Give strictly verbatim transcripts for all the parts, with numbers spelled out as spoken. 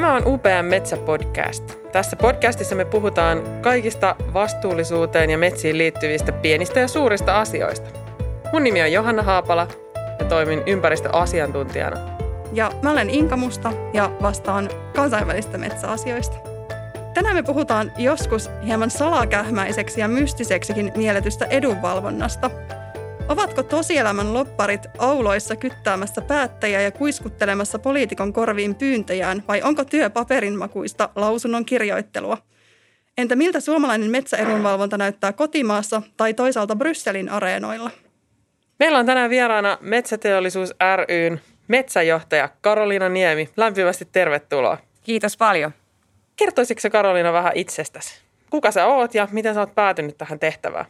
Tämä on U P M Metsä-podcast. Tässä podcastissa me puhutaan kaikista vastuullisuuteen ja metsiin liittyvistä pienistä ja suurista asioista. Mun nimi on Johanna Haapala ja toimin ympäristöasiantuntijana. Ja mä olen Inka Musta ja vastaan kansainvälistä metsäasioista. Tänään me puhutaan joskus hieman salakähmäiseksi ja mystiseksikin mielletystä edunvalvonnasta. Ovatko tosielämän lobbarit auloissa kyttäämässä päättäjiä ja kuiskuttelemassa poliitikon korviin pyyntöjään vai onko työ paperinmakuista lausunnon kirjoittelua? Entä miltä suomalainen metsäedunvalvonta näyttää kotimaassa tai toisaalta Brysselin areenoilla? Meillä on tänään vieraana Metsäteollisuus ry:n metsäjohtaja Karoliina Niemi. Lämpimästi tervetuloa. Kiitos paljon. Kertoisitko Karoliina vähän itsestäsi? Kuka sä oot ja miten sä oot päätynyt tähän tehtävään?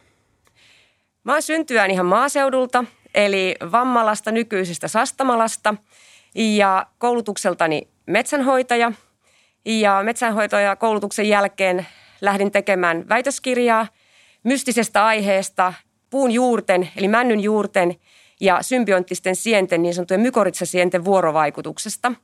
Mä oon syntyään ihan maaseudulta, eli Vammalasta, nykyisestä Sastamalasta, ja koulutukseltani metsänhoitaja. Ja metsänhoitaja koulutuksen jälkeen lähdin tekemään väitöskirjaa mystisestä aiheesta puun juurten, eli männyn juurten ja symbioottisten sienten, niin sanottujen mykorrhizasienten vuorovaikutuksesta.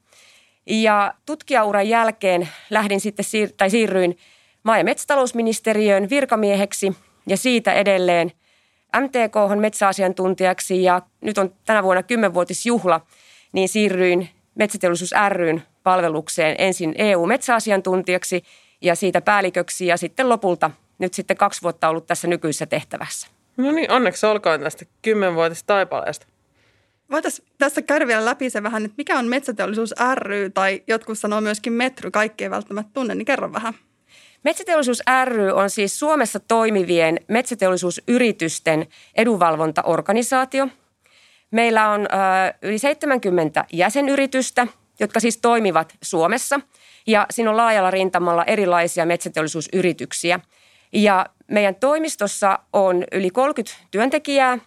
Ja tutkijauran jälkeen lähdin sitten siir- tai siirryin maa- ja metsätalousministeriöön virkamieheksi ja siitä edelleen M T K:hon metsäasiantuntijaksi ja nyt on tänä vuonna kymmenvuotisjuhla, niin siirryin Metsäteollisuus ry:n palvelukseen ensin E U-metsäasiantuntijaksi ja siitä päälliköksi ja sitten lopulta nyt sitten kaksi vuotta ollut tässä nykyisessä tehtävässä. No niin, onneksi olkoon tästä kymmenvuotistaipaleesta. Voitaisiin tässä käydä vielä läpi se vähän, että mikä on Metsäteollisuus ry tai jotkut sanoo myöskin Metry, kaikki ei välttämättä tunne, niin kerro vähän. Metsäteollisuus ry on siis Suomessa toimivien metsäteollisuusyritysten edunvalvontaorganisaatio. Meillä on ö, yli seitsemänkymmentä jäsenyritystä, jotka siis toimivat Suomessa ja siinä on laajalla rintamalla erilaisia metsäteollisuusyrityksiä. Ja meidän toimistossa on yli kolmekymmentä työntekijää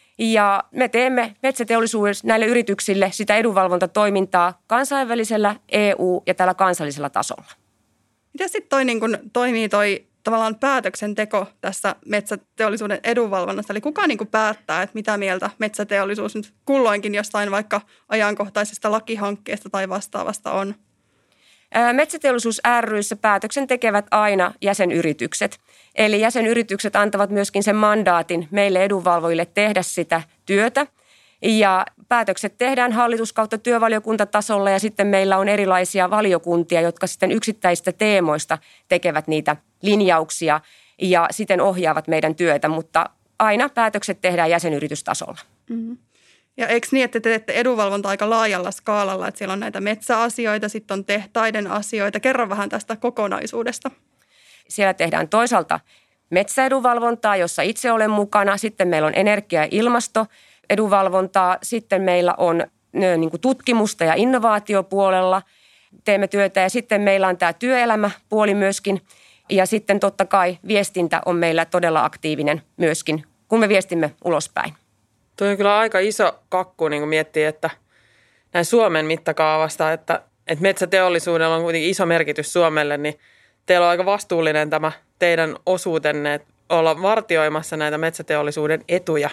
ja me teemme metsäteollisuudessa näille yrityksille sitä edunvalvontatoimintaa kansainvälisellä E U- ja tällä kansallisella tasolla. Miten sitten toi niin kun toimii toi tavallaan päätöksenteko tässä metsäteollisuuden edunvalvonnassa? Eli kuka niin kun päättää, että mitä mieltä metsäteollisuus nyt kulloinkin jostain vaikka ajankohtaisesta lakihankkeesta tai vastaavasta on? Metsäteollisuus ry:ssä päätöksen tekevät aina jäsenyritykset. Eli jäsenyritykset antavat myöskin sen mandaatin meille edunvalvojille tehdä sitä työtä. Ja päätökset tehdään hallitus- kautta työvaliokuntatasolla ja sitten meillä on erilaisia valiokuntia, jotka sitten yksittäisistä teemoista tekevät niitä linjauksia ja sitten ohjaavat meidän työtä, mutta aina päätökset tehdään jäsenyritystasolla. Mm-hmm. Ja eikö niin, että te teette edunvalvontaa aika laajalla skaalalla, että siellä on näitä metsäasioita, sitten on tehtaiden asioita. Kerro vähän tästä kokonaisuudesta. Siellä tehdään toisaalta metsäedunvalvontaa, jossa itse olen mukana. Sitten meillä on energia- ja ilmasto edunvalvontaa. Sitten meillä on niin kuin tutkimusta ja innovaatiopuolella teemme työtä ja sitten meillä on tämä työelämäpuoli myöskin. Ja sitten totta kai viestintä on meillä todella aktiivinen myöskin, kun me viestimme ulospäin. Tuo on kyllä aika iso kakku, niin kuin miettii, että näin Suomen mittakaavasta, että, että metsäteollisuudella on kuitenkin iso merkitys Suomelle, niin teillä on aika vastuullinen tämä teidän osuutenne, että olla vartioimassa näitä metsäteollisuuden etuja.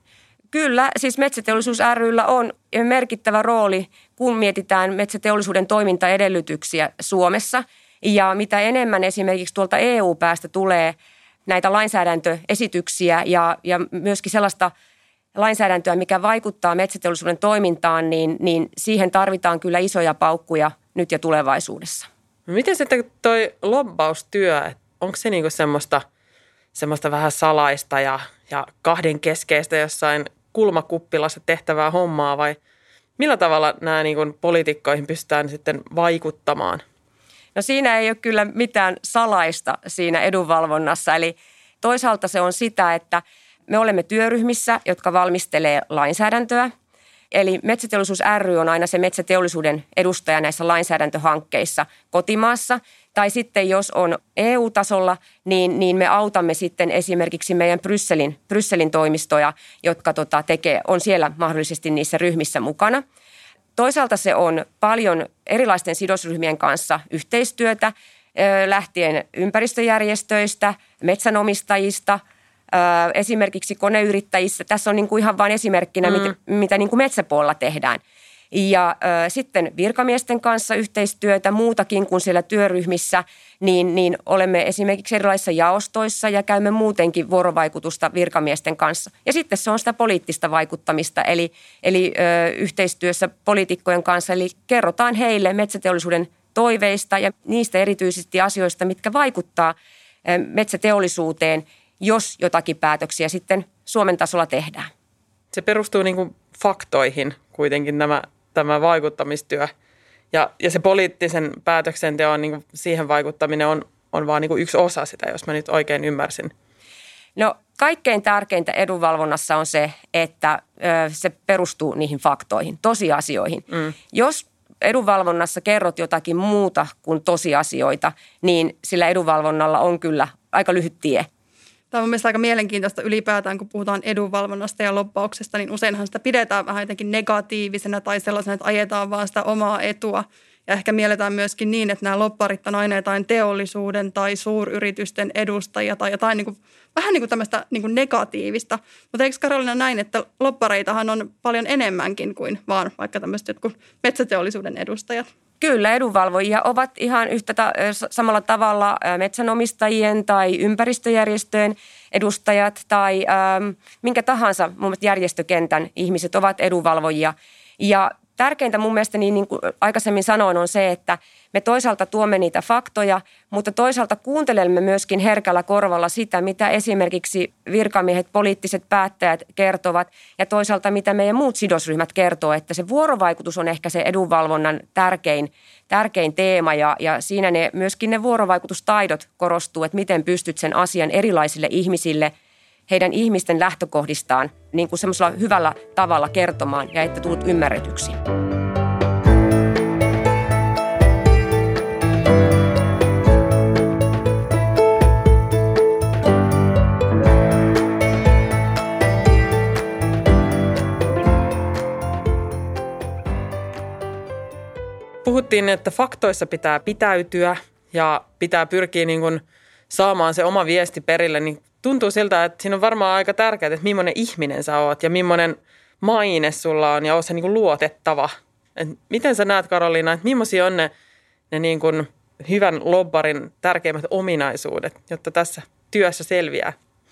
Kyllä, siis Metsäteollisuus ry:llä on merkittävä rooli, kun mietitään metsäteollisuuden toimintaedellytyksiä Suomessa. Ja mitä enemmän esimerkiksi tuolta E U-päästä tulee näitä lainsäädäntöesityksiä ja, ja myöskin sellaista lainsäädäntöä, mikä vaikuttaa metsäteollisuuden toimintaan, niin, niin siihen tarvitaan kyllä isoja paukkuja nyt ja tulevaisuudessa. Miten sitten toi lobbaustyö, onko se niinku semmoista, semmoista vähän salaista ja, ja kahden keskeistä jossain kulmakuppilassa tehtävää hommaa vai millä tavalla nämä niinku poliitikkoihin pystytään sitten vaikuttamaan? No siinä ei ole kyllä mitään salaista siinä edunvalvonnassa, eli toisaalta se on sitä, että me olemme työryhmissä, jotka valmistelee lainsäädäntöä. Eli Metsäteollisuus ry on aina se metsäteollisuuden edustaja näissä lainsäädäntöhankkeissa kotimaassa. Tai sitten jos on E U-tasolla, niin, niin me autamme sitten esimerkiksi meidän Brysselin, Brysselin toimistoja, jotka tota, tekee, on siellä mahdollisesti niissä ryhmissä mukana. Toisaalta se on paljon erilaisten sidosryhmien kanssa yhteistyötä, lähtien ympäristöjärjestöistä, metsänomistajista, esimerkiksi koneyrittäjissä. Tässä on niin kuin ihan vain esimerkkinä, mm. mitä, mitä niin kuin metsäpuolella tehdään. Ja ö, sitten virkamiesten kanssa yhteistyötä muutakin kuin siellä työryhmissä, niin, niin olemme esimerkiksi erilaisissa jaostoissa ja käymme muutenkin vuorovaikutusta virkamiesten kanssa. Ja sitten se on sitä poliittista vaikuttamista, eli, eli ö, yhteistyössä poliitikkojen kanssa, eli kerrotaan heille metsäteollisuuden toiveista ja niistä erityisesti asioista, mitkä vaikuttaa ö, metsäteollisuuteen, jos jotakin päätöksiä sitten Suomen tasolla tehdään. Se perustuu niin kuin faktoihin kuitenkin tämä, tämä vaikuttamistyö. Ja, ja se poliittisen päätöksenteon niin kuin siihen vaikuttaminen on, on vaan niin kuin yksi osa sitä, jos mä nyt oikein ymmärsin. No kaikkein tärkeintä edunvalvonnassa on se, että ö, se perustuu niihin faktoihin, tosiasioihin. Mm. Jos edunvalvonnassa kerrot jotakin muuta kuin tosiasioita, niin sillä edunvalvonnalla on kyllä aika lyhyt tie. Tämä on mun mielestä aika mielenkiintoista ylipäätään, kun puhutaan edunvalvonnasta ja lobbauksesta, niin useinhan sitä pidetään vähän jotenkin negatiivisena tai sellaisena, että ajetaan vaan sitä omaa etua. Ja ehkä mielletään myöskin niin, että nämä lobbarit on aina jotain teollisuuden tai suuryritysten edustajia tai jotain niin kuin, vähän niin kuin tämmöistä niin kuin negatiivista. Mutta eikö Karoliina näin, että lobbareitahan on paljon enemmänkin kuin vaan vaikka tämmöiset jotkut metsäteollisuuden edustajat? Kyllä, edunvalvojia ovat ihan yhtä ta- samalla tavalla metsänomistajien tai ympäristöjärjestöjen edustajat tai ähm, minkä tahansa mun mielestä järjestökentän ihmiset ovat edunvalvojia. Ja tärkeintä mun mielestä, niin, niin kuin aikaisemmin sanoin, on se, että me toisaalta tuomme niitä faktoja, mutta toisaalta kuuntelemme myöskin herkällä korvalla sitä, mitä esimerkiksi virkamiehet, poliittiset päättäjät kertovat ja toisaalta mitä meidän muut sidosryhmät kertoo, että se vuorovaikutus on ehkä se edunvalvonnan tärkein, tärkein teema ja, ja siinä ne, myöskin ne vuorovaikutustaidot korostuu, että miten pystyt sen asian erilaisille ihmisille, heidän ihmisten lähtökohdistaan niin kuin semmoisella hyvällä tavalla kertomaan ja että tulet ymmärretyksi. Puhuttiin, että faktoissa pitää pitäytyä ja pitää pyrkiä niin kuin saamaan se oma viesti perille, niin tuntuu siltä, että siinä on varmaan aika tärkeää, että millainen ihminen sä oot ja millainen maine sulla on ja oot sä niin kuin luotettava. Et miten sä näet, Karoliina, että millaisia on ne, ne niin kuin hyvän lobbarin tärkeimmät ominaisuudet, jotta tässä työssä selviää?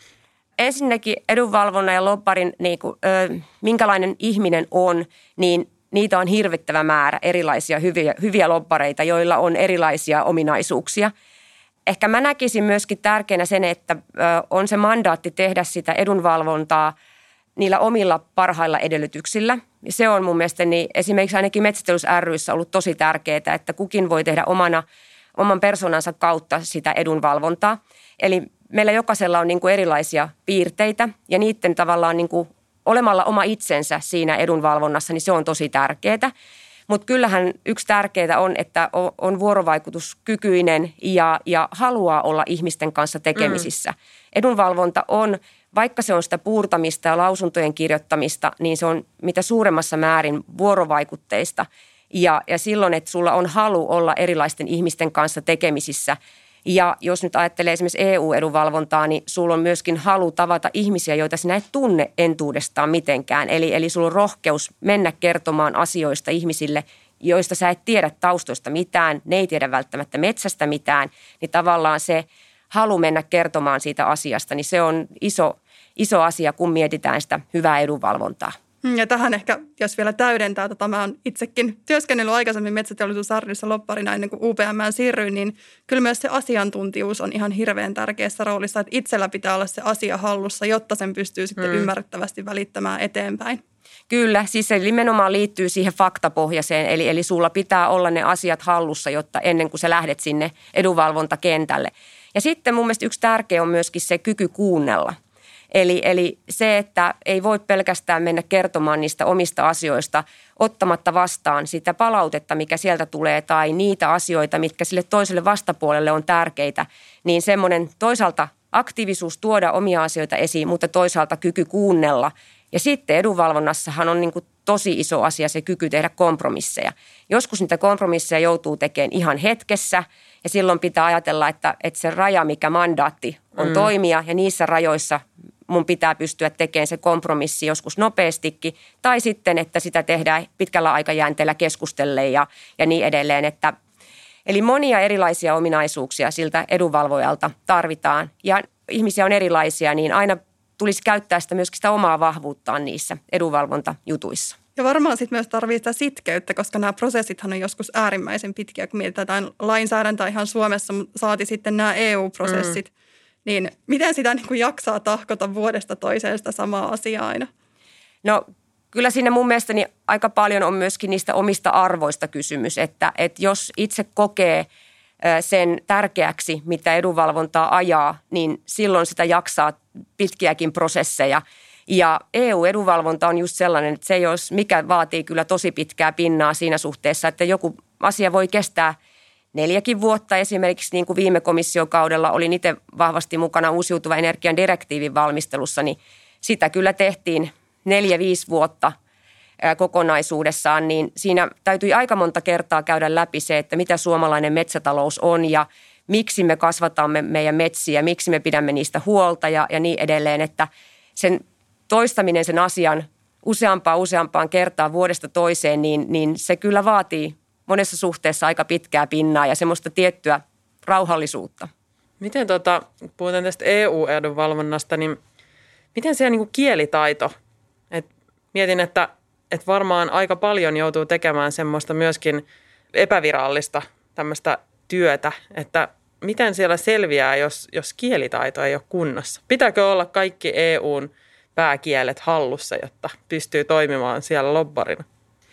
Ensinnäkin edunvalvonnan ja lobbarin, niin kuin, ö, minkälainen ihminen on, niin niitä on hirvittävä määrä erilaisia hyviä, hyviä lobbareita, joilla on erilaisia ominaisuuksia. Ehkä mä näkisin myöskin tärkeänä sen, että on se mandaatti tehdä sitä edunvalvontaa niillä omilla parhailla edellytyksillä. Se on mun mielestäni esimerkiksi ainakin Metsäteollisuus ry:ssä ollut tosi tärkeää, että kukin voi tehdä omana, oman persoonansa kautta sitä edunvalvontaa. Eli meillä jokaisella on niin kuin erilaisia piirteitä ja niiden tavallaan niin kuin olemalla oma itsensä siinä edunvalvonnassa, niin se on tosi tärkeää. Mutta kyllähän yksi tärkeää on, että on vuorovaikutuskykyinen ja, ja haluaa olla ihmisten kanssa tekemisissä. Mm. Edunvalvonta on, vaikka se on sitä puurtamista ja lausuntojen kirjoittamista, niin se on mitä suuremmassa määrin vuorovaikutteista. Ja, ja silloin, että sulla on halu olla erilaisten ihmisten kanssa tekemisissä. Ja jos nyt ajattelee esimerkiksi E U-edunvalvontaa, niin sulla on myöskin halu tavata ihmisiä, joita sinä et tunne entuudestaan mitenkään. Eli, eli sulla on rohkeus mennä kertomaan asioista ihmisille, joista sä et tiedä taustoista mitään, ne ei tiedä välttämättä metsästä mitään. Niin tavallaan se halu mennä kertomaan siitä asiasta, niin se on iso, iso asia, kun mietitään sitä hyvää edunvalvontaa. Ja tähän ehkä, jos vielä täydentää, tota, mä oon itsekin työskennellyt aikaisemmin Metsäteollisuus ry:ssä lobbarina ennen kuin U P M:ään siirryin, niin kyllä myös se asiantuntijuus on ihan hirveän tärkeässä roolissa, että itsellä pitää olla se asia hallussa, jotta sen pystyy sitten mm. ymmärrettävästi välittämään eteenpäin. Kyllä, siis se nimenomaan liittyy siihen faktapohjaiseen, eli, eli sulla pitää olla ne asiat hallussa, jotta ennen kuin sä lähdet sinne edunvalvontakentälle. Ja sitten mun mielestä yksi tärkeä on myöskin se kyky kuunnella. Eli, eli se, että ei voi pelkästään mennä kertomaan niistä omista asioista ottamatta vastaan sitä palautetta, mikä sieltä tulee, tai niitä asioita, mitkä sille toiselle vastapuolelle on tärkeitä, niin semmoinen toisaalta aktiivisuus tuoda omia asioita esiin, mutta toisaalta kyky kuunnella. Ja sitten edunvalvonnassahan on niin kuin tosi iso asia se kyky tehdä kompromisseja. Joskus niitä kompromisseja joutuu tekemään ihan hetkessä, ja silloin pitää ajatella, että, että se raja, mikä mandaatti on mm. toimia, ja niissä rajoissa mun pitää pystyä tekemään se kompromissi joskus nopeastikin, tai sitten, että sitä tehdään pitkällä aikajänteellä keskustellen ja, ja niin edelleen. Että, eli monia erilaisia ominaisuuksia siltä edunvalvojalta tarvitaan, ja ihmisiä on erilaisia, niin aina tulisi käyttää sitä myöskin sitä omaa vahvuuttaan niissä edunvalvontajutuissa. Ja varmaan sitten myös tarvitsee sitä sitkeyttä, koska nämä prosessithan on joskus äärimmäisen pitkiä, kun mietitään lainsäädäntöä ihan Suomessa, saati sitten nämä E U-prosessit. Mm. Niin miten sitä niin kuin jaksaa tahkota vuodesta toiseen sitä samaa asiaa aina? No kyllä siinä mun mielestäni aika paljon on myöskin niistä omista arvoista kysymys, että, että jos itse kokee sen tärkeäksi, mitä edunvalvontaa ajaa, niin silloin sitä jaksaa pitkiäkin prosesseja. Ja E U-edunvalvonta on just sellainen, että se jos mikä vaatii kyllä tosi pitkää pinnaa siinä suhteessa, että joku asia voi kestää neljäkin vuotta. Esimerkiksi niin kuin viime komissiokaudella olin itse vahvasti mukana uusiutuvan energian direktiivin valmistelussa, niin sitä kyllä tehtiin neljä, viisi vuotta kokonaisuudessaan, niin siinä täytyi aika monta kertaa käydä läpi se, että mitä suomalainen metsätalous on ja miksi me kasvatamme meidän metsiä, miksi me pidämme niistä huolta ja, ja niin edelleen, että sen toistaminen sen asian useampaan useampaan kertaan vuodesta toiseen, niin, niin se kyllä vaatii monessa suhteessa aika pitkää pinnaa ja semmoista tiettyä rauhallisuutta. Miten tota, puhutaan tästä E U-edunvalvonnasta, niin miten se niin kuin kielitaito? Et mietin, että, että varmaan aika paljon joutuu tekemään semmoista myöskin epävirallista tämmöistä työtä, että miten siellä selviää, jos, jos kielitaito ei ole kunnossa? Pitääkö olla kaikki E U:n pääkielet hallussa, jotta pystyy toimimaan siellä lobbarina?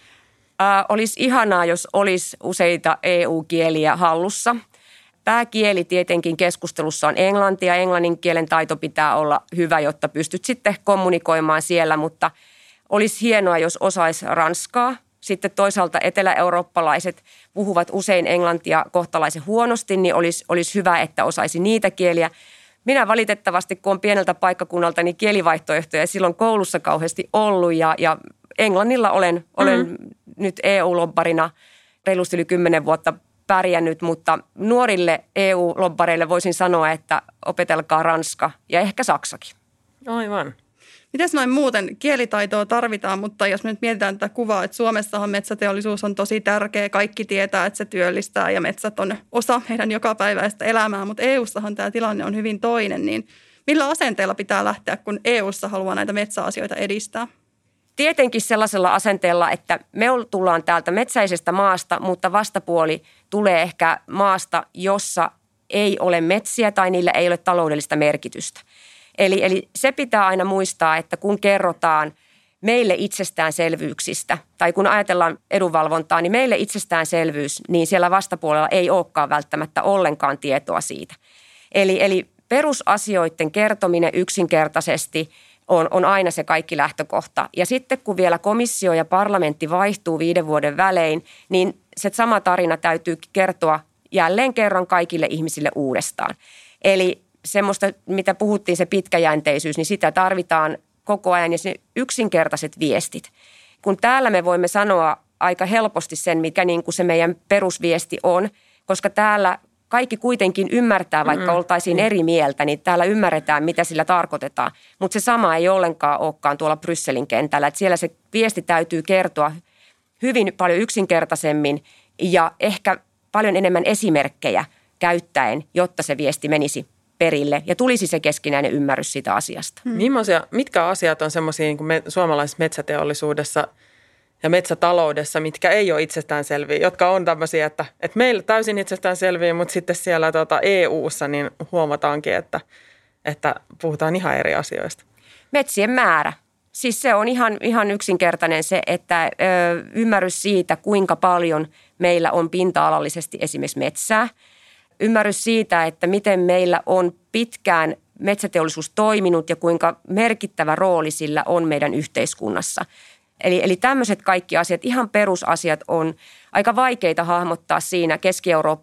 Äh, olisi ihanaa, jos olisi useita E U-kieliä hallussa. Pääkieli tietenkin keskustelussa on englanti ja englannin kielen taito pitää olla hyvä, jotta pystyt sitten kommunikoimaan siellä, mutta olisi hienoa, jos osaisi ranskaa. Sitten toisaalta etelä-eurooppalaiset puhuvat usein englantia kohtalaisen huonosti, niin olisi, olisi hyvä, että osaisi niitä kieliä. Minä valitettavasti, kun on pieneltä paikkakunnalta, niin kielivaihtoehtoja silloin koulussa kauheasti ollut ja, ja englannilla olen, mm-hmm. olen nyt E U-lobbarina reilusti yli kymmenen vuotta pärjännyt, mutta nuorille E U-lobbareille voisin sanoa, että opetelkaa ranska ja ehkä saksakin. Aivan. Mites noin muuten? Kielitaitoa tarvitaan, mutta jos me nyt mietitään tätä kuvaa, että Suomessahan metsäteollisuus on tosi tärkeä. Kaikki tietää, että se työllistää ja metsät on osa meidän jokapäiväistä elämää, mutta E U:ssahan tämä tilanne on hyvin toinen. Niin millä asenteella pitää lähteä, kun E U:ssa haluaa näitä metsäasioita edistää? Tietenkin sellaisella asenteella, että me tullaan täältä metsäisestä maasta, mutta vastapuoli tulee ehkä maasta, jossa ei ole metsiä tai niillä ei ole taloudellista merkitystä. Eli, eli se pitää aina muistaa, että kun kerrotaan meille itsestäänselvyyksistä tai kun ajatellaan edunvalvontaa, niin meille itsestäänselvyys, niin siellä vastapuolella ei olekaan välttämättä ollenkaan tietoa siitä. Eli, eli perusasioiden kertominen yksinkertaisesti on, on aina se kaikki lähtökohta. Ja sitten kun vielä komissio ja parlamentti vaihtuu viiden vuoden välein, niin se sama tarina täytyy kertoa jälleen kerran kaikille ihmisille uudestaan. Eli semmoista, mitä puhuttiin, se pitkäjänteisyys, niin sitä tarvitaan koko ajan ja se yksinkertaiset viestit. Kun täällä me voimme sanoa aika helposti sen, mikä niin kuin se meidän perusviesti on, koska täällä kaikki kuitenkin ymmärtää, vaikka mm-hmm. oltaisiin eri mieltä, niin täällä ymmärretään, mitä sillä tarkoitetaan. Mutta se sama ei ollenkaan olekaan tuolla Brysselin kentällä. Että siellä se viesti täytyy kertoa hyvin paljon yksinkertaisemmin ja ehkä paljon enemmän esimerkkejä käyttäen, jotta se viesti menisi perille ja tulisi se keskinäinen ymmärrys siitä asiasta. Hmm. Millaisia, mitkä asiat on semmoisia niin kuin me, suomalaisessa metsäteollisuudessa ja metsätaloudessa, mitkä ei ole itsestäänselviä, jotka on tämmöisiä, että, että meillä täysin itsestäänselviä, mutta sitten siellä tuota E U:ssa niin huomataankin, että, että puhutaan ihan eri asioista. Metsien määrä. Siis se on ihan, ihan yksinkertainen se, että ö, ymmärrys siitä, kuinka paljon meillä on pinta-alallisesti esimerkiksi metsää. Ymmärrys siitä, että miten meillä on pitkään metsäteollisuus toiminut ja kuinka merkittävä rooli sillä on meidän yhteiskunnassa. Eli, eli tämmöiset kaikki asiat, ihan perusasiat on aika vaikeita hahmottaa siinä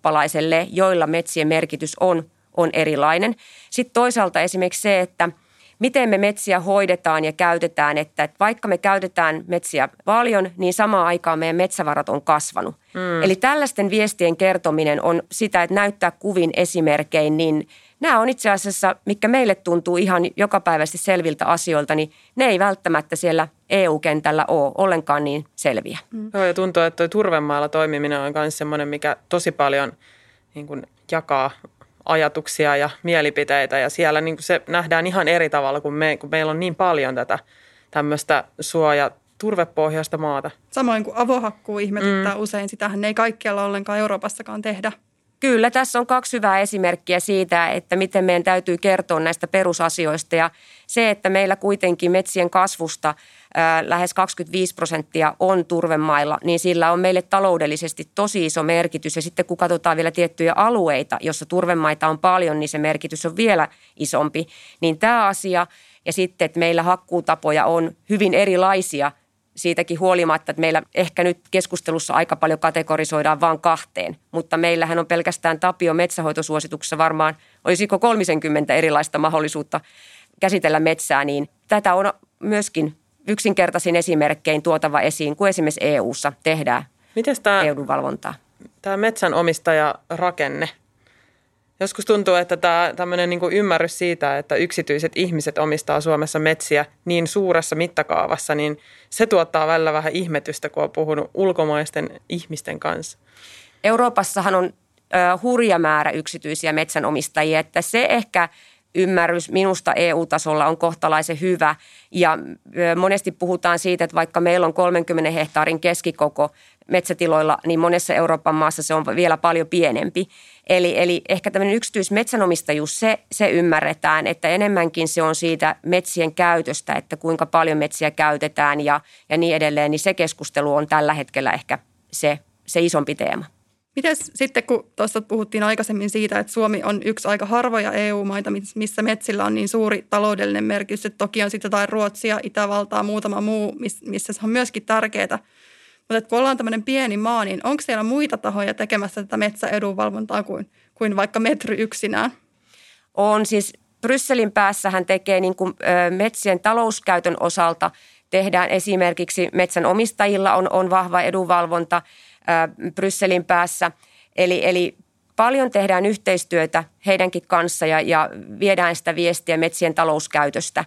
keski-eurooppalaiselle, joilla metsien merkitys on, on erilainen. Sitten toisaalta esimerkiksi se, että miten me metsiä hoidetaan ja käytetään, että, että vaikka me käytetään metsiä paljon, niin samaan aikaan meidän metsävarat on kasvanut. Mm. Eli tällaisten viestien kertominen on sitä, että näyttää kuvin esimerkkein, niin nämä on itse asiassa, mikä meille tuntuu ihan jokapäiväisesti selviltä asioilta, niin ne ei välttämättä siellä E U-kentällä ole ollenkaan niin selviä. Mm. Joo, ja tuntuu, että tuo turvemaalla toimiminen on myös semmoinen, mikä tosi paljon niin kuin jakaa ajatuksia ja mielipiteitä, ja siellä niin kuin se nähdään ihan eri tavalla, kuin me, kun meillä on niin paljon tätä tämmöistä suoja turvepohjaista maata. Samoin kuin avohakkuu ihmetyttää mm. usein, sitähän ei kaikkialla ollenkaan Euroopassakaan tehdä. Kyllä, tässä on kaksi hyvää esimerkkiä siitä, että miten meidän täytyy kertoa näistä perusasioista. Ja se, että meillä kuitenkin metsien kasvusta ää, lähes kaksikymmentäviisi prosenttia on turvemailla, niin sillä on meille taloudellisesti tosi iso merkitys. Ja sitten kun katsotaan vielä tiettyjä alueita, jossa turvemaita on paljon, niin se merkitys on vielä isompi. Niin tämä asia ja sitten, että meillä hakkuutapoja on hyvin erilaisia, siitäkin huolimatta, että meillä ehkä nyt keskustelussa aika paljon kategorisoidaan vain kahteen, mutta meillähän on pelkästään Tapion metsähoitosuosituksessa varmaan, olisiko kolmekymmentä erilaista mahdollisuutta käsitellä metsää, niin tätä on myöskin yksinkertaisin esimerkkein tuotava esiin, kun esimerkiksi E U:ssa tehdään edunvalvontaa. Tämä metsänomistajarakenne. Joskus tuntuu, että tämä tämmöinen niin kuin ymmärrys siitä, että yksityiset ihmiset omistaa Suomessa metsiä niin suuressa mittakaavassa, niin se tuottaa välillä vähän ihmetystä, kun on puhunut ulkomaisten ihmisten kanssa. Euroopassahan on äh, hurja määrä yksityisiä metsänomistajia, että se ehkä ymmärrys minusta E U-tasolla on kohtalaisen hyvä. Ja äh, monesti puhutaan siitä, että vaikka meillä on kolmenkymmenen hehtaarin keskikoko metsätiloilla, niin monessa Euroopan maassa se on vielä paljon pienempi. Eli, eli ehkä tämmöinen yksityismetsänomistajuus, se, se ymmärretään, että enemmänkin se on siitä metsien käytöstä, että kuinka paljon metsiä käytetään ja, ja niin edelleen, niin se keskustelu on tällä hetkellä ehkä se, se isompi teema. Mites sitten, kun tuossa puhuttiin aikaisemmin siitä, että Suomi on yksi aika harvoja E U-maita, missä metsillä on niin suuri taloudellinen merkitys, että toki on sitten jotain Ruotsia, Itävaltaa, muutama muu, missä se on myöskin tärkeää. Mutta kun ollaan tämmöinen pieni maa, niin onko siellä muita tahoja tekemässä tätä metsäedunvalvontaa kuin, kuin vaikka Metry yksinään? On siis Brysselin päässähän tekee niin kuin, ö, metsien talouskäytön osalta tehdään esimerkiksi metsänomistajilla on, on vahva edunvalvonta ö, Brysselin päässä. Eli, eli paljon tehdään yhteistyötä heidänkin kanssa ja, ja viedään sitä viestiä metsien talouskäytöstä.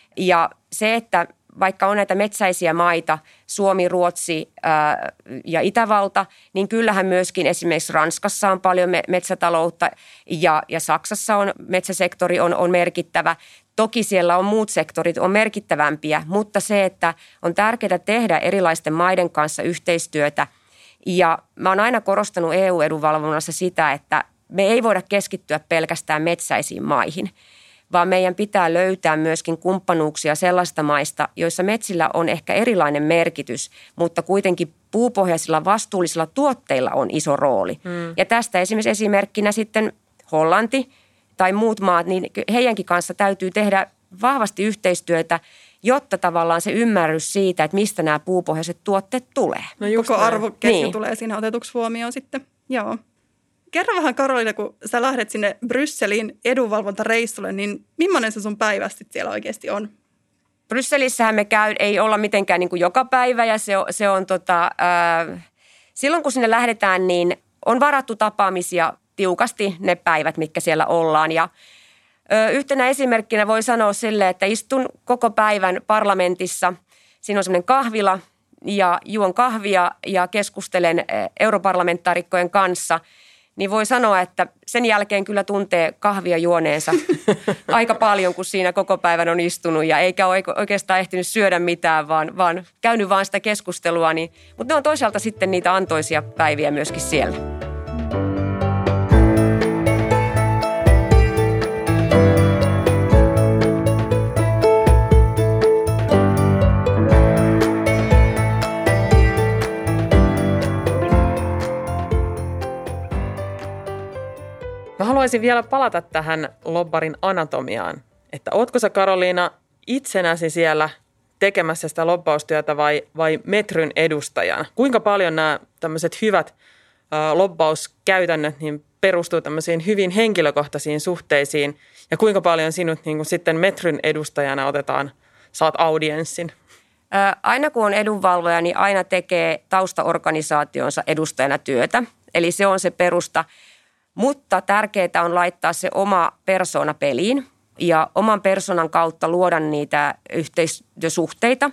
Ja se, että vaikka on näitä metsäisiä maita, Suomi, Ruotsi ää, ja Itävalta, niin kyllähän myöskin esimerkiksi Ranskassa on paljon metsätaloutta ja, ja Saksassa on metsäsektori on, on merkittävä. Toki siellä on muut sektorit, on merkittävämpiä, mutta se, että on tärkeää tehdä erilaisten maiden kanssa yhteistyötä. Ja mä oon aina korostanut E U-edunvalvonnassa sitä, että me ei voida keskittyä pelkästään metsäisiin maihin, vaan meidän pitää löytää myöskin kumppanuuksia sellaista maista, joissa metsillä on ehkä erilainen merkitys, mutta kuitenkin puupohjaisilla vastuullisilla tuotteilla on iso rooli. Mm. Ja tästä esimerkiksi esimerkkinä sitten Hollanti tai muut maat, niin heidänkin kanssa täytyy tehdä vahvasti yhteistyötä, jotta tavallaan se ymmärrys siitä, että mistä nämä puupohjaiset tuotteet tulee. No koko arvoketju niin tulee siinä otetuksi huomioon sitten, joo. Kerro vähän Karoliina, kun sä lähdet sinne Brysseliin edunvalvontareissulle, niin millainen se sun päivä sitten siellä oikeasti on? Brysselissähän me käy, ei olla mitenkään niin kuin joka päivä ja se on, se on tota, äh, silloin kun sinne lähdetään, niin on varattu tapaamisia tiukasti ne päivät, mitkä siellä ollaan. Ja äh, yhtenä esimerkkinä voi sanoa sille, että istun koko päivän parlamentissa, siinä on semmoinen kahvila ja juon kahvia ja keskustelen äh, europarlamentaarikkojen kanssa. Niin voi sanoa, että sen jälkeen kyllä tuntee kahvia juoneensa aika paljon, kun siinä koko päivän on istunut ja eikä ole oikeastaan ehtinyt syödä mitään, vaan, vaan käynyt vaan sitä keskustelua. Niin, mutta ne on toisaalta sitten niitä antoisia päiviä myöskin siellä. Mä haluaisin vielä palata tähän lobbarin anatomiaan, että ootko sä Karoliina itsenäsi siellä tekemässä sitä lobbaustyötä vai, vai Metryn edustajana? Kuinka paljon nämä tämmöiset hyvät lobbauskäytännöt niin perustuu tämmöisiin hyvin henkilökohtaisiin suhteisiin ja kuinka paljon sinut niin kuin sitten Metryn edustajana otetaan, saat audienssin? Aina kun on edunvalvoja, niin aina tekee taustaorganisaationsa edustajana työtä. Eli se on se perusta. Mutta tärkeää on laittaa se oma persoona peliin ja oman persoonan kautta luoda niitä yhteistyösuhteita.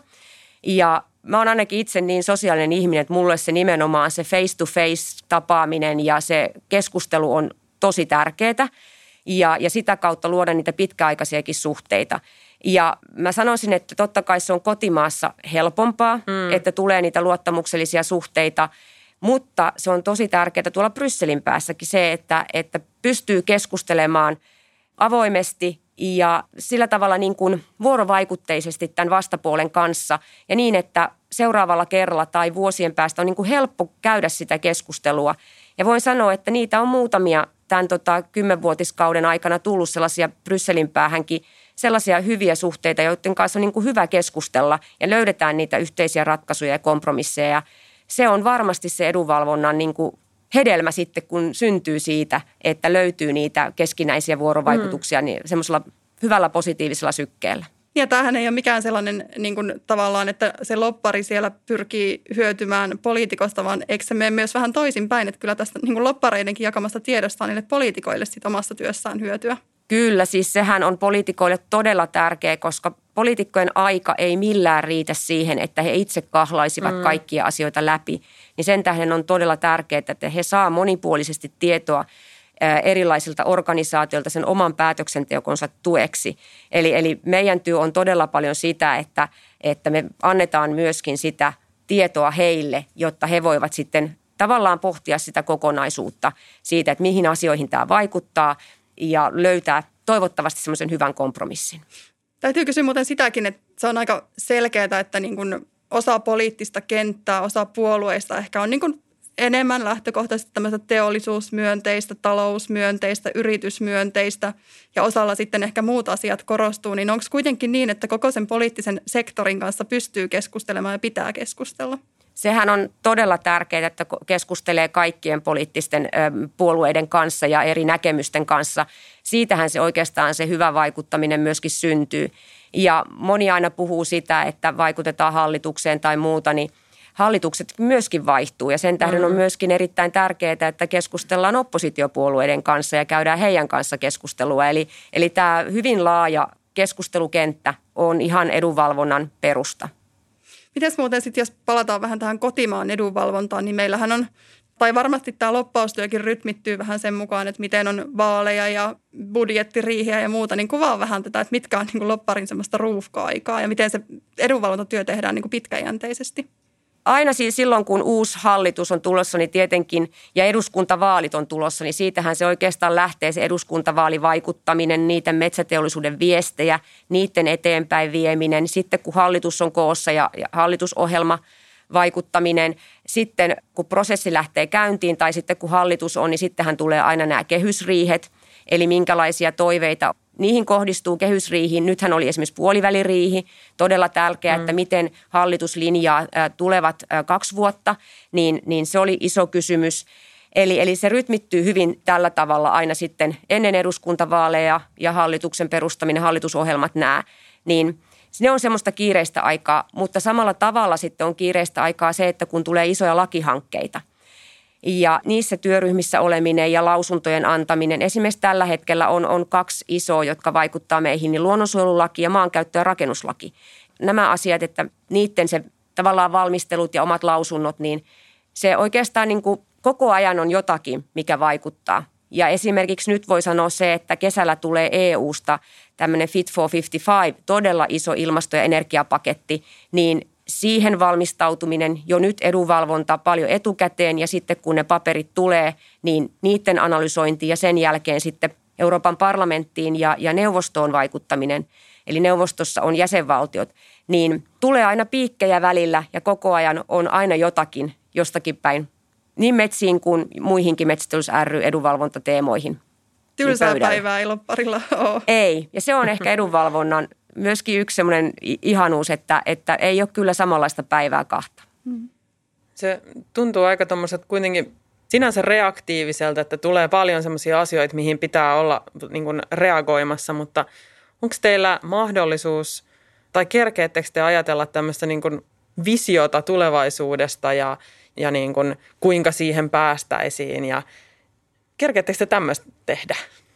Ja mä oon ainakin itse niin sosiaalinen ihminen, että mulle se nimenomaan se face-to-face tapaaminen ja se keskustelu on tosi tärkeää. Ja, ja sitä kautta luoda niitä pitkäaikaisiakin suhteita. Ja mä sanoisin, että totta kai se on kotimaassa helpompaa, mm. että tulee niitä luottamuksellisia suhteita, mutta se on tosi tärkeää tuolla Brysselin päässäkin se, että, että pystyy keskustelemaan avoimesti ja sillä tavalla niin kuin vuorovaikutteisesti tämän vastapuolen kanssa ja niin, että seuraavalla kerralla tai vuosien päästä on niin kuin helppo käydä sitä keskustelua. Ja voin sanoa, että niitä on muutamia tämän tota, kymmenvuotiskauden aikana tullut sellaisia Brysselin päähänkin, sellaisia hyviä suhteita, joiden kanssa on niin kuin hyvä keskustella ja löydetään niitä yhteisiä ratkaisuja ja kompromisseja. Se on varmasti se edunvalvonnan niin kuin hedelmä sitten, kun syntyy siitä, että löytyy niitä keskinäisiä vuorovaikutuksia mm. niin semmoisella hyvällä positiivisella sykkeellä. Ja tämähän ei ole mikään sellainen niin kuin, tavallaan, että se lobbari siellä pyrkii hyötymään poliitikosta, vaan eikö se mene myös vähän toisinpäin, että kyllä tästä niin kuin lobbareidenkin jakamasta tiedosta on niille poliitikoille sit omassa työssään hyötyä. Kyllä, siis sehän on poliitikoille todella tärkeä, koska poliitikkojen aika ei millään riitä siihen, että he itse kahlaisivat mm. kaikkia asioita läpi. Niin sen tähden on todella tärkeää, että he saa monipuolisesti tietoa erilaisilta organisaatioilta sen oman päätöksentekonsa tueksi. Eli, eli meidän työ on todella paljon sitä, että, että me annetaan myöskin sitä tietoa heille, jotta he voivat sitten tavallaan pohtia sitä kokonaisuutta siitä, että mihin asioihin tämä vaikuttaa ja löytää toivottavasti semmoisen hyvän kompromissin. Täytyy kysyä muuten sitäkin, että se on aika selkeää, että niin kuin osa poliittista kenttää, osa puolueista ehkä on niin kuin enemmän lähtökohtaisesti tämmöistä teollisuusmyönteistä, talousmyönteistä, yritysmyönteistä ja osalla sitten ehkä muut asiat korostuu, niin onko kuitenkin niin, että koko sen poliittisen sektorin kanssa pystyy keskustelemaan ja pitää keskustella? Sehän on todella tärkeää, että keskustelee kaikkien poliittisten puolueiden kanssa ja eri näkemysten kanssa. Siitähän se oikeastaan se hyvä vaikuttaminen myöskin syntyy. Ja moni aina puhuu sitä, että vaikutetaan hallitukseen tai muuta, niin hallitukset myöskin vaihtuu ja sen tähden on myöskin erittäin tärkeää, että keskustellaan oppositiopuolueiden kanssa ja käydään heidän kanssa keskustelua. Eli, eli tämä hyvin laaja keskustelukenttä on ihan edunvalvonnan perusta. Mites muuten sitten, jos palataan vähän tähän kotimaan edunvalvontaan, niin meillähän on, tai varmasti tämä lobbaustyökin rytmittyy vähän sen mukaan, että miten on vaaleja ja budjettiriihiä ja muuta, niin kuvaa vähän tätä, että mitkä on niin kuin lobbarin semmoista ruuhka-aikaa ja miten se edunvalvontatyö tehdään niin kuin pitkäjänteisesti. Aina siis silloin, kun uusi hallitus on tulossa, niin tietenkin, ja eduskuntavaalit on tulossa, niin siitähän se oikeastaan lähtee se eduskuntavaalivaikuttaminen, niiden metsäteollisuuden viestejä, niiden eteenpäin vieminen. Sitten kun hallitus on koossa ja, ja hallitusohjelma vaikuttaminen, sitten kun prosessi lähtee käyntiin tai sitten kun hallitus on, niin sittenhän tulee aina nämä kehysriihet, eli minkälaisia toiveita niihin kohdistuu kehysriihiin. Nythän oli esimerkiksi puoliväliriihi, todella tärkeää, mm. että miten hallitus linjaa ä, tulevat ä, kaksi vuotta, niin, niin se oli iso kysymys. Eli, eli se rytmittyy hyvin tällä tavalla aina sitten ennen eduskuntavaaleja ja hallituksen perustaminen, hallitusohjelmat nämä, niin ne on semmoista kiireistä aikaa, mutta samalla tavalla sitten on kiireistä aikaa se, että kun tulee isoja lakihankkeita. Ja niissä työryhmissä oleminen ja lausuntojen antaminen. Esimerkiksi tällä hetkellä on, on kaksi isoa, jotka vaikuttaa meihin, niin luonnonsuojelulaki ja maankäyttö- ja rakennuslaki. Nämä asiat, että niiden se tavallaan valmistelut ja omat lausunnot, niin se oikeastaan niin kuin koko ajan on jotakin, mikä vaikuttaa. Ja esimerkiksi nyt voi sanoa se, että kesällä tulee E U:sta tämmöinen Fit for viisikymmentäviisi, todella iso ilmasto- ja energiapaketti, niin siihen valmistautuminen, jo nyt edunvalvonta paljon etukäteen ja sitten kun ne paperit tulee, niin niiden analysointi ja sen jälkeen sitten Euroopan parlamenttiin ja, ja neuvostoon vaikuttaminen, eli neuvostossa on jäsenvaltiot, niin tulee aina piikkejä välillä ja koko ajan on aina jotakin jostakin päin, niin metsiin kuin muihinkin Metsätalous ry edunvalvontateemoihin. Tylsää päivää ei lobbarilla ole. Ei, ja se on ehkä edunvalvonnan myöskin yksi semmoinen ihanuus, että, että ei ole kyllä samanlaista päivää kahta. Se tuntuu aika tuommoiset kuitenkin sinänsä reaktiiviselta, että tulee paljon sellaisia asioita, mihin pitää olla niin kuin reagoimassa, mutta onko teillä mahdollisuus tai kerkeettekö te ajatella tämmöistä niin kuin visiota tulevaisuudesta ja, ja niin kuin kuinka siihen päästäisiin ja kerkeettekö te tämmöistä tehdä?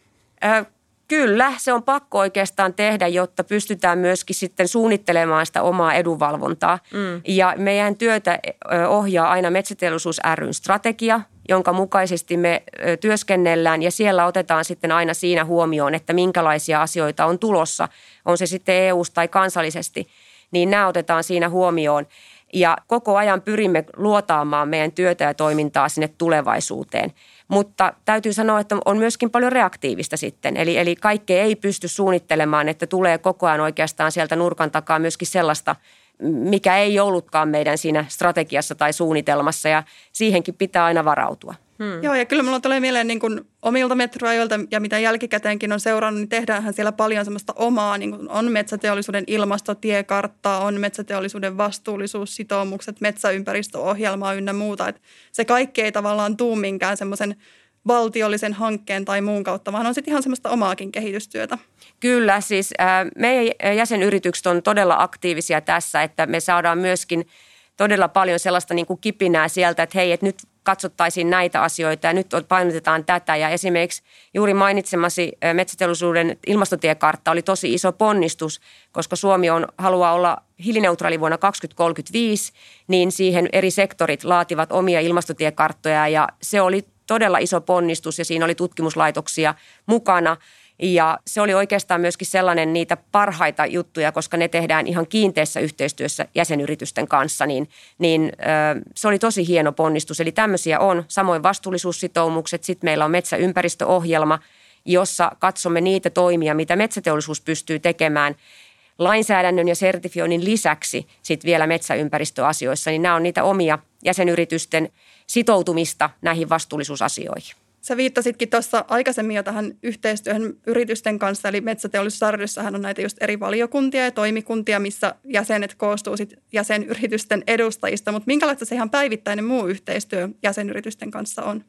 Äh, kyllä, se on pakko oikeastaan tehdä, jotta pystytään myöskin sitten suunnittelemaan sitä omaa edunvalvontaa. Mm. Ja meidän työtä ohjaa aina Metsäteollisuus ry:n strategia, jonka mukaisesti me työskennellään ja siellä otetaan sitten aina siinä huomioon, että minkälaisia asioita on tulossa, on se sitten E U:sta tai kansallisesti, niin nämä otetaan siinä huomioon. Ja koko ajan pyrimme luotaamaan meidän työtä ja toimintaa sinne tulevaisuuteen. Mutta täytyy sanoa, että on myöskin paljon reaktiivista sitten. Eli, eli kaikkea ei pysty suunnittelemaan, että tulee koko ajan oikeastaan sieltä nurkan takaa myöskin sellaista, mikä ei ollutkaan meidän siinä strategiassa tai suunnitelmassa. Ja siihenkin pitää aina varautua. Hmm. Joo, ja kyllä mulla tulee mieleen niin kuin omilta metroajoilta ja mitä jälkikäteenkin on seurannut, niin tehdäänhän siellä paljon semmoista omaa, niin kuin on metsäteollisuuden ilmastotiekarttaa, on metsäteollisuuden vastuullisuussitoumukset, metsäympäristöohjelmaa ynnä muuta. Että se kaikki ei tavallaan tuu minkään semmoisen valtiollisen hankkeen tai muun kautta, vaan on sitten ihan semmoista omaakin kehitystyötä. Kyllä, siis äh, meidän jäsenyritykset on todella aktiivisia tässä, että me saadaan myöskin todella paljon sellaista niin kuin kipinää sieltä, että hei, että nyt katsottaisiin näitä asioita ja nyt painotetaan tätä. Ja esimerkiksi juuri mainitsemasi metsäteollisuuden ilmastotiekartta oli tosi iso ponnistus, koska Suomi on, haluaa olla hiilineutraali vuonna kaksituhattakolmekymmentäviisi, niin siihen eri sektorit laativat omia ilmastotiekarttoja ja se oli todella iso ponnistus ja siinä oli tutkimuslaitoksia mukana. Ja se oli oikeastaan myöskin sellainen niitä parhaita juttuja, koska ne tehdään ihan kiinteässä yhteistyössä jäsenyritysten kanssa, niin, niin ö, se oli tosi hieno ponnistus. Eli tämmöisiä on, samoin vastuullisuussitoumukset, sitten meillä on metsäympäristöohjelma, jossa katsomme niitä toimia, mitä metsäteollisuus pystyy tekemään lainsäädännön ja sertifioinnin lisäksi sitten vielä metsäympäristöasioissa, niin nämä on niitä omia jäsenyritysten sitoutumista näihin vastuullisuusasioihin. Sä viittasitkin tuossa aikaisemmin jo tähän yhteistyöhön yritysten kanssa, eli Metsäteollisuus ry:ssähän on näitä just eri valiokuntia ja toimikuntia, missä jäsenet koostuu sit jäsenyritysten edustajista, mutta minkälaista se ihan päivittäinen muu yhteistyö jäsenyritysten kanssa on?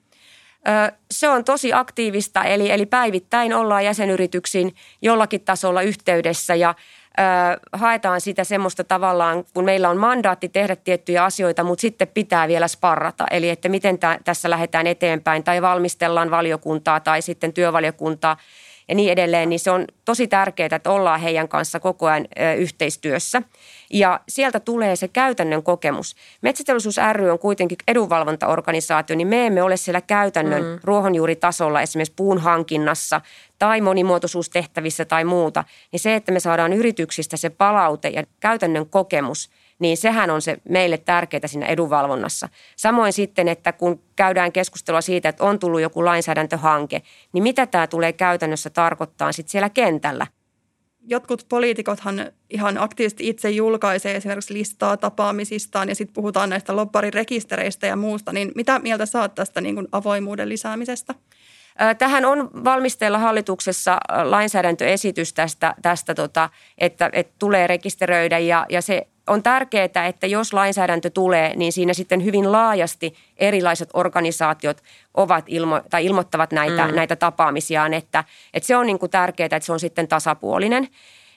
Se on tosi aktiivista, eli, eli päivittäin ollaan jäsenyrityksiin jollakin tasolla yhteydessä ja haetaan sitä semmoista tavallaan, kun meillä on mandaatti tehdä tiettyjä asioita, mutta sitten pitää vielä sparrata. Eli että miten tä, tässä lähdetään eteenpäin tai valmistellaan valiokuntaa tai sitten työvaliokuntaa ja niin edelleen, niin se on tosi tärkeää, että ollaan heidän kanssa koko ajan ö, yhteistyössä. Ja sieltä tulee se käytännön kokemus. Metsäteollisuus ry on kuitenkin edunvalvontaorganisaatio, niin me emme ole siellä käytännön mm. ruohonjuuritasolla esimerkiksi puun hankinnassa tai monimuotoisuustehtävissä tai muuta. Niin se, että me saadaan yrityksistä se palaute ja käytännön kokemus, niin sehän on se meille tärkeää siinä edunvalvonnassa. Samoin sitten, että kun käydään keskustelua siitä, että on tullut joku lainsäädäntöhanke, niin mitä tämä tulee käytännössä tarkoittaa sitten siellä kentällä? Jotkut poliitikothan ihan aktiivisesti itse julkaisee esimerkiksi listaa tapaamisistaan ja sitten puhutaan näistä lobbarirekistereistä ja muusta. Niin mitä mieltä saat tästä niin kuin avoimuuden lisäämisestä? Tähän on valmisteilla hallituksessa lainsäädäntöesitys tästä, tästä tota, että, että tulee rekisteröidä ja, ja se on tärkeää, että jos lainsäädäntö tulee, niin siinä sitten hyvin laajasti erilaiset organisaatiot ovat ilmo, tai ilmoittavat näitä, mm. näitä tapaamisiaan, että, että se on niin kuin tärkeää, että se on sitten tasapuolinen.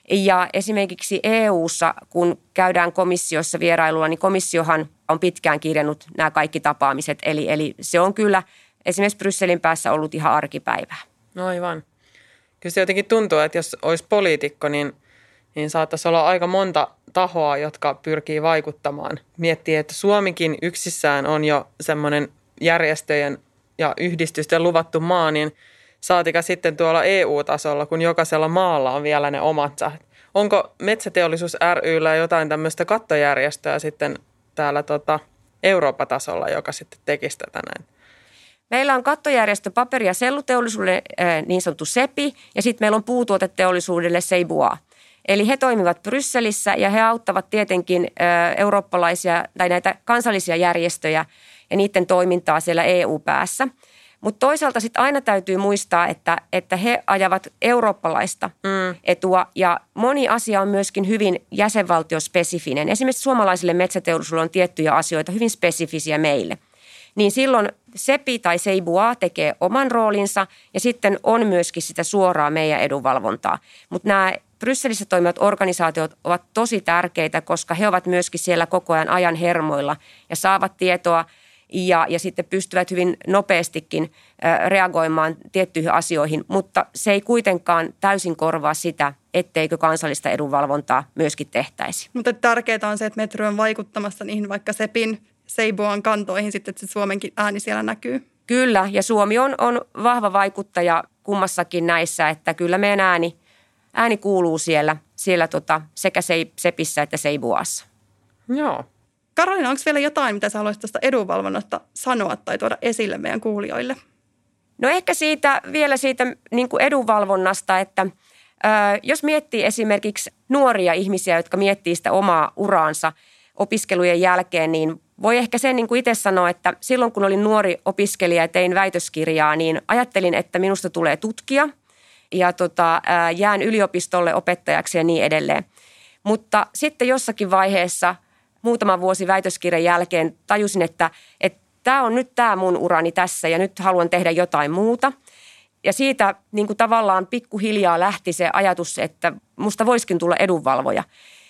Ja esimerkiksi E U:ssa, kun käydään komissiossa vierailulla, niin komissiohan on pitkään kirjannut nämä kaikki tapaamiset, eli, eli se on kyllä esimerkiksi Brysselin päässä ollut ihan arkipäivää. No aivan. Kyllä se jotenkin tuntuu, että jos olisi poliitikko, niin, niin saattaisi olla aika monta tahoa, jotka pyrkii vaikuttamaan. Miettii, että Suomikin yksissään on jo semmoinen järjestöjen ja yhdistysten luvattu maa, niin saatika sitten tuolla E U-tasolla, kun jokaisella maalla on vielä ne omatsa. Onko Metsäteollisuus ry:llä jotain tämmöistä kattojärjestöä sitten täällä tota Eurooppa-tasolla, joka sitten tekisi tätä näin? Meillä on kattojärjestö paperi- ja selluteollisuudelle niin sanottu SEPI ja sitten meillä on puutuoteteollisuudelle Seibua. Eli he toimivat Brysselissä ja he auttavat tietenkin eurooppalaisia tai näitä kansallisia järjestöjä ja niiden toimintaa siellä E U-päässä. Mutta toisaalta sitten aina täytyy muistaa, että, että he ajavat eurooppalaista mm. etua ja moni asia on myöskin hyvin jäsenvaltiospesifinen. Esimerkiksi suomalaisille metsäteollisuudelle on tiettyjä asioita hyvin spesifisiä meille. niin silloin SEPI tai Seibua tekee oman roolinsa ja sitten on myöskin sitä suoraa meidän edunvalvontaa. Mutta nämä Brysselissä toimivat organisaatiot ovat tosi tärkeitä, koska he ovat myöskin siellä koko ajan ajan hermoilla ja saavat tietoa ja, ja sitten pystyvät hyvin nopeastikin reagoimaan tiettyihin asioihin, mutta se ei kuitenkaan täysin korvaa sitä, etteikö kansallista edunvalvontaa myöskin tehtäisi. Mutta tärkeää on se, että Metro on vaikuttamassa niihin vaikka SEPin, Seibuan kantoihin sitten, että se Suomenkin ääni siellä näkyy. Kyllä, ja Suomi on, on vahva vaikuttaja kummassakin näissä, että kyllä meidän ääni, ääni kuuluu siellä, siellä tota, sekä SEPissä että Seibuassa. Joo. Karoliina, onko vielä jotain, mitä sä haluaisit tästä edunvalvonnasta sanoa tai tuoda esille meidän kuulijoille? No ehkä siitä, vielä siitä niin kuin edunvalvonnasta, että ö, jos miettii esimerkiksi nuoria ihmisiä, jotka miettii sitä omaa uraansa opiskelujen jälkeen, niin voi ehkä sen niin kuin itse sanoa, että silloin kun olin nuori opiskelija ja tein väitöskirjaa, niin ajattelin, että minusta tulee tutkija ja tota, ää, jään yliopistolle opettajaksi ja niin edelleen. Mutta sitten jossakin vaiheessa muutama vuosi väitöskirjan jälkeen tajusin, että tämä on nyt tämä mun urani tässä ja nyt haluan tehdä jotain muuta. Ja siitä niin kuin tavallaan pikkuhiljaa lähti se ajatus, että musta voisikin tulla edunvalvoja.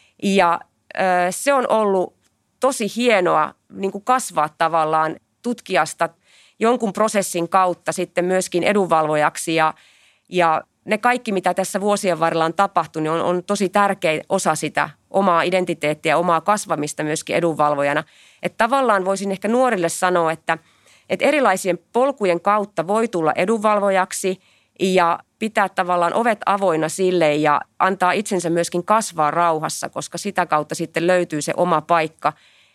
Ja ö, se on ollut tosi hienoa niin kuin kasvaa tavallaan tutkijasta jonkun prosessin kautta sitten myöskin edunvalvojaksi. Ja, ja ne kaikki, mitä tässä vuosien varrella on tapahtunut, niin on, on tosi tärkeä osa sitä omaa identiteettiä ja omaa kasvamista myöskin edunvalvojana. Että tavallaan voisin ehkä nuorille sanoa, että, että erilaisien polkujen kautta voi tulla edunvalvojaksi ja pitää tavallaan ovet avoinna sille ja antaa itsensä myöskin kasvaa rauhassa, koska sitä kautta sitten löytyy se oma paikka,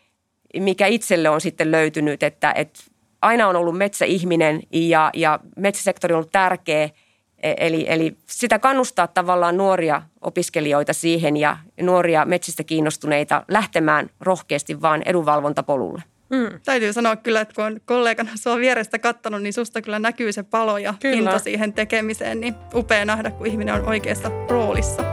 mikä itselle on sitten löytynyt, että, että aina on ollut metsäihminen ja, ja metsäsektori on ollut tärkeä. Eli, eli sitä kannustaa tavallaan nuoria opiskelijoita siihen ja nuoria metsistä kiinnostuneita lähtemään rohkeasti vaan edunvalvontapolulle. Mm. Täytyy sanoa kyllä, että kun on kollegana sua vierestä katsonut, niin susta kyllä näkyy se palo ja kyllä. Into siihen tekemiseen. Niin upea nähdä, kun ihminen on oikeassa roolissa.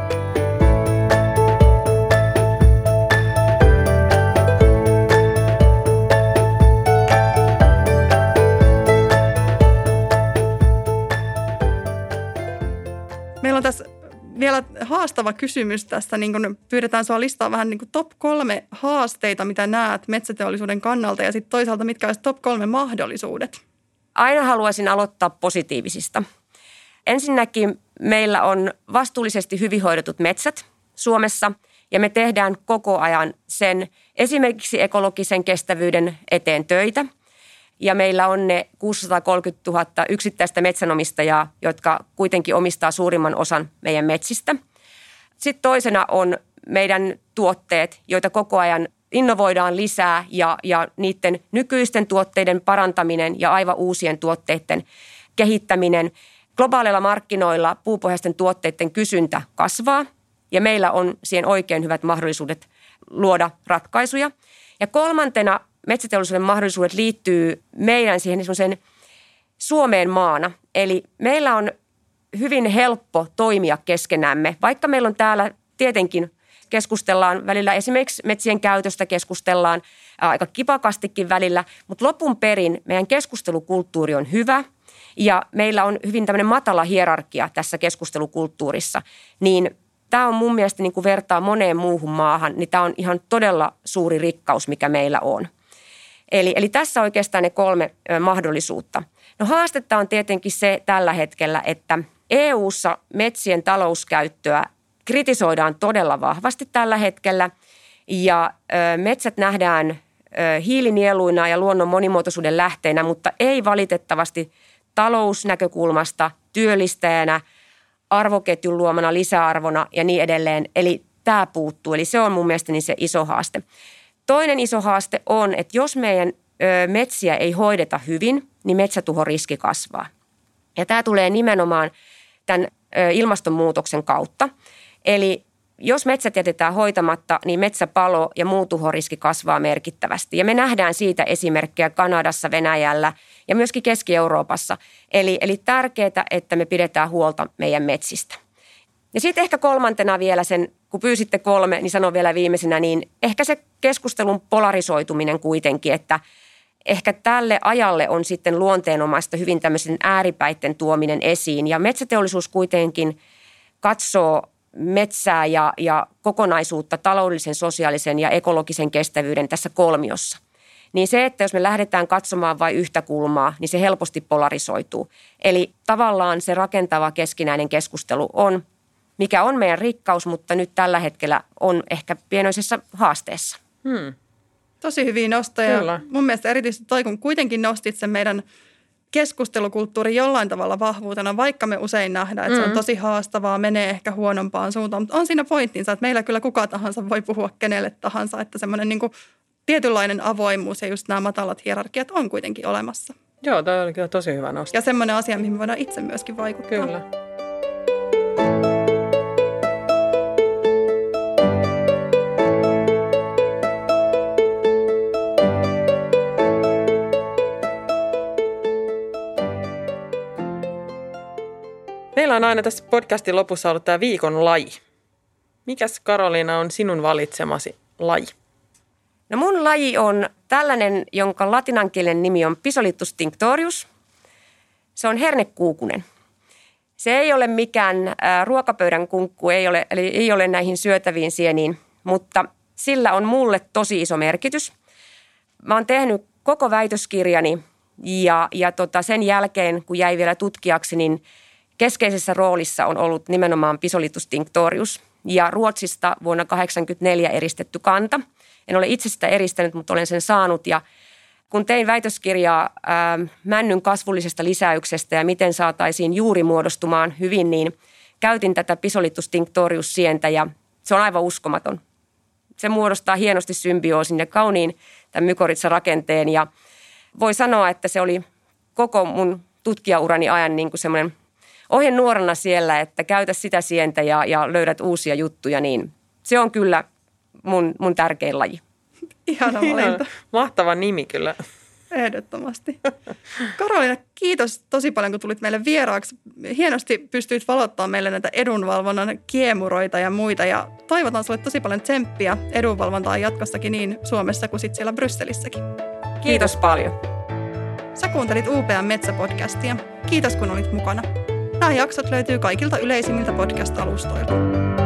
Meillä on tässä vielä haastava kysymys tästä, niin kun pyydetään sinua listaa vähän niin kuin top kolme haasteita, mitä näet metsäteollisuuden kannalta ja sitten toisaalta mitkä olisi top kolme mahdollisuudet? Aina haluaisin aloittaa positiivisista. Ensinnäkin meillä on vastuullisesti hyvin hoidetut metsät Suomessa ja me tehdään koko ajan sen esimerkiksi ekologisen kestävyyden eteen töitä. Ja meillä on ne kuusisataakolmekymmentätuhatta yksittäistä metsänomistajaa, jotka kuitenkin omistaa suurimman osan meidän metsistä. Sitten toisena on meidän tuotteet, joita koko ajan innovoidaan lisää ja, ja niiden nykyisten tuotteiden parantaminen ja aivan uusien tuotteiden kehittäminen. Globaaleilla markkinoilla puupohjaisten tuotteiden kysyntä kasvaa ja meillä on siihen oikein hyvät mahdollisuudet luoda ratkaisuja. Ja kolmantena metsäteollisuuden mahdollisuudet liittyy meidän siihen semmoiseen Suomeen maana. Eli meillä on hyvin helppo toimia keskenämme, vaikka meillä on täällä tietenkin keskustellaan välillä esimerkiksi metsien käytöstä keskustellaan aika kipakastikin välillä, mutta lopun perin meidän keskustelukulttuuri on hyvä ja meillä on hyvin tämmöinen matala hierarkia tässä keskustelukulttuurissa, niin tämä on mun mielestä niin kuin vertaa moneen muuhun maahan, niin tämä on ihan todella suuri rikkaus, mikä meillä on. Eli, eli tässä oikeastaan ne kolme ö, mahdollisuutta. No haastetta on tietenkin se tällä hetkellä, että E U:ssa metsien talouskäyttöä kritisoidaan todella vahvasti tällä hetkellä ja ö, metsät nähdään ö, hiilinieluina ja luonnon monimuotoisuuden lähteenä, mutta ei valitettavasti talousnäkökulmasta työllistäjänä, arvoketjun luomana lisäarvona ja niin edelleen. Eli tämä puuttuu, eli se on mun mielestäni se iso haaste. Toinen iso haaste on, että jos meidän ö, metsiä ei hoideta hyvin, niin metsätuhoriski kasvaa. Ja tämä tulee nimenomaan tämän ö, ilmastonmuutoksen kautta. Eli jos metsät jätetään hoitamatta, niin metsäpalo ja muu tuhoriski kasvaa merkittävästi. Ja me nähdään siitä esimerkkejä Kanadassa, Venäjällä ja myöskin Keski-Euroopassa. Eli, eli tärkeää, että me pidetään huolta meidän metsistä. Ja sitten ehkä kolmantena vielä sen, kun pyysitte kolme, niin sanon vielä viimeisenä, niin ehkä se keskustelun polarisoituminen kuitenkin, että ehkä tälle ajalle on sitten luonteenomaista hyvin tämmöisen ääripäitten tuominen esiin. Ja metsäteollisuus kuitenkin katsoo metsää ja, ja kokonaisuutta taloudellisen, sosiaalisen ja ekologisen kestävyyden tässä kolmiossa. Niin se, että jos me lähdetään katsomaan vain yhtä kulmaa, niin se helposti polarisoituu. Eli tavallaan se rakentava keskinäinen keskustelu on, mikä on meidän rikkaus, mutta nyt tällä hetkellä on ehkä pienoisessa haasteessa. Hmm. Tosi hyviä nostoja. Kyllä. Mun mielestä erityisesti toi, kun kuitenkin nostit sen meidän keskustelukulttuuri jollain tavalla vahvuutena, vaikka me usein nähdään, että mm. se on tosi haastavaa, menee ehkä huonompaan suuntaan. Mutta on siinä pointtinsa, että meillä kyllä kuka tahansa voi puhua kenelle tahansa, että semmoinen niin kuin tietynlainen avoimuus ja just nämä matalat hierarkiat on kuitenkin olemassa. Joo, toi oli kyllä tosi hyvä nosto. Ja semmoinen asia, mihin me voidaan itse myöskin vaikuttaa. Kyllä. Meillä on aina tässä podcastin lopussa ollut tämä viikon laji. Mikäs, Karoliina, on sinun valitsemasi laji? No mun laji on tällainen, jonka latinankielinen nimi on Pisolithus tinctorius. Se on hernekuukunen. Se ei ole mikään ä, ruokapöydän kunkku, ei ole, eli ei ole näihin syötäviin sieniin, mutta sillä on mulle tosi iso merkitys. Mä oon tehnyt koko väitöskirjani ja, ja tota sen jälkeen, kun jäi vielä tutkijaksi, niin keskeisessä roolissa on ollut nimenomaan Pisolithus tinctorius ja Ruotsista vuonna tuhatyhdeksänsataakahdeksankymmentäneljä eristetty kanta. En ole itse sitä eristänyt, mutta olen sen saanut ja kun tein väitöskirjaa ää, männyn kasvullisesta lisäyksestä ja miten saataisiin juuri muodostumaan hyvin, niin käytin tätä Pisolithus tinctorius sientä ja se on aivan uskomaton. Se muodostaa hienosti symbioosin ja kauniin tämän mykorrhiza-rakenteen ja voi sanoa, että se oli koko mun tutkijaurani ajan niin kuin semmoinen ohjenuorana siellä, että käytä sitä sientä ja, ja löydät uusia juttuja, niin se on kyllä mun, mun tärkein laji. Ihana valinta. Mahtava nimi kyllä. Ehdottomasti. Karoliina, kiitos tosi paljon, kun tulit meille vieraaksi. Hienosti pystyit valottamaan meille näitä edunvalvonnan kiemuroita ja muita. Ja toivotan sulle tosi paljon tsemppiä edunvalvontaan jatkossakin niin Suomessa kuin sitten siellä Brysselissäkin. Kiitos, Kiitos paljon. Sä kuuntelit U P M-metsäpodcastia. Kiitos, kun olit mukana. Nämä jaksot löytyy kaikilta yleisimmiltä podcast-alustoilta.